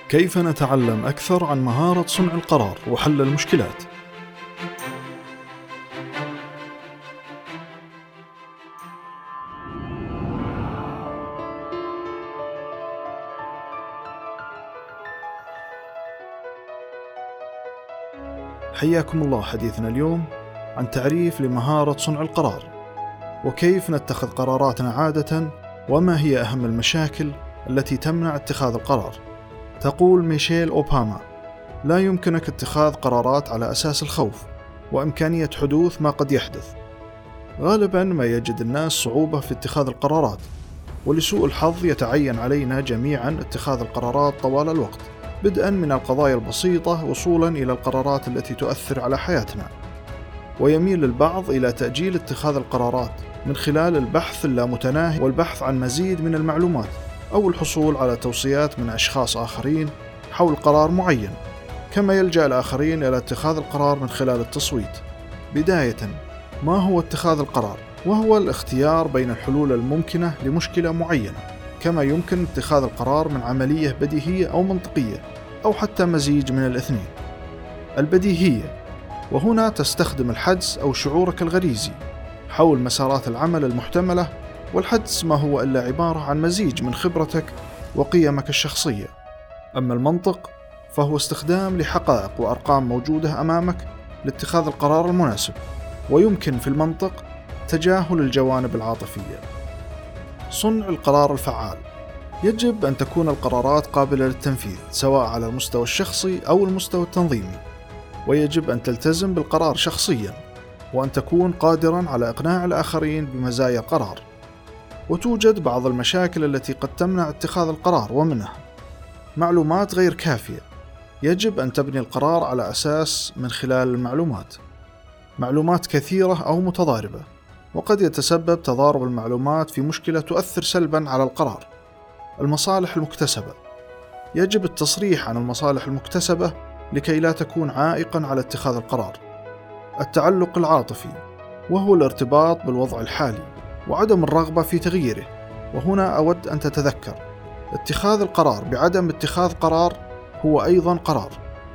كيف نتعلم أكثر عن مهارة صنع القرار وحل المشكلات؟ حياكم الله. حديثنا اليوم عن تعريف لمهارة صنع القرار، وكيف نتخذ قراراتنا عادة، وما هي أهم المشاكل التي تمنع اتخاذ القرار. تقول ميشيل أوباما: لا يمكنك اتخاذ قرارات على أساس الخوف وإمكانية حدوث ما قد يحدث. غالبا ما يجد الناس صعوبة في اتخاذ القرارات، ولسوء الحظ يتعين علينا جميعا اتخاذ القرارات طوال الوقت، بدءا من القضايا البسيطة وصولا إلى القرارات التي تؤثر على حياتنا. ويميل البعض إلى تأجيل اتخاذ القرارات من خلال البحث اللامتناهي والبحث عن مزيد من المعلومات، أو الحصول على توصيات من أشخاص آخرين حول قرار معين، كما يلجأ الآخرين إلى اتخاذ القرار من خلال التصويت. بداية، ما هو اتخاذ القرار؟ وهو الاختيار بين الحلول الممكنة لمشكلة معينة، كما يمكن اتخاذ القرار من عملية بديهية أو منطقية، أو حتى مزيج من الاثنين. البديهية، وهنا تستخدم الحدس أو شعورك الغريزي حول مسارات العمل المحتملة، والحدس ما هو إلا عبارة عن مزيج من خبرتك وقيمك الشخصية. أما المنطق فهو استخدام لحقائق وأرقام موجودة أمامك لاتخاذ القرار المناسب، ويمكن في المنطق تجاهل الجوانب العاطفية. صنع القرار الفعال: يجب أن تكون القرارات قابلة للتنفيذ، سواء على المستوى الشخصي أو المستوى التنظيمي، ويجب أن تلتزم بالقرار شخصيا، وأن تكون قادرا على إقناع الآخرين بمزايا القرار. وتوجد بعض المشاكل التي قد تمنع اتخاذ القرار، ومنها معلومات غير كافية. يجب أن تبني القرار على أساس من خلال المعلومات. معلومات كثيرة أو متضاربة، وقد يتسبب تضارب المعلومات في مشكلة تؤثر سلبا على القرار. المصالح المكتسبة: يجب التصريح عن المصالح المكتسبة لكي لا تكون عائقا على اتخاذ القرار. التعلق العاطفي، وهو الارتباط بالوضع الحالي وعدم الرغبة في تغييره. وهنا أود أن تتذكر: اتخاذ القرار بعدم اتخاذ قرار هو أيضا قرار.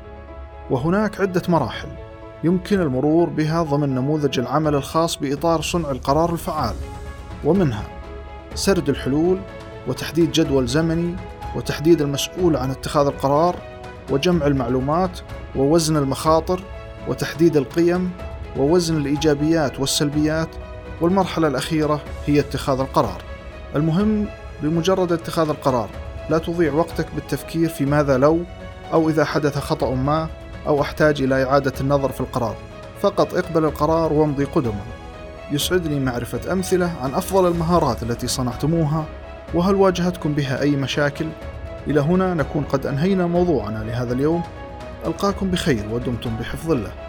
وهناك عدة مراحل يمكن المرور بها ضمن نموذج العمل الخاص بإطار صنع القرار الفعال، ومنها سرد الحلول، وتحديد جدول زمني، وتحديد المسؤول عن اتخاذ القرار، وجمع المعلومات، ووزن المخاطر، وتحديد القيم، ووزن الإيجابيات والسلبيات، والمرحلة الأخيرة هي اتخاذ القرار. المهم بمجرد اتخاذ القرار لا تضيع وقتك بالتفكير في ماذا لو، أو إذا حدث خطأ ما، أو أحتاج إلى إعادة النظر في القرار. فقط اقبل القرار وامضي قدما. يسعدني معرفة أمثلة عن أفضل المهارات التي صنعتموها، وهل واجهتكم بها أي مشاكل. إلى هنا نكون قد أنهينا موضوعنا لهذا اليوم. ألقاكم بخير ودمتم بحفظ الله.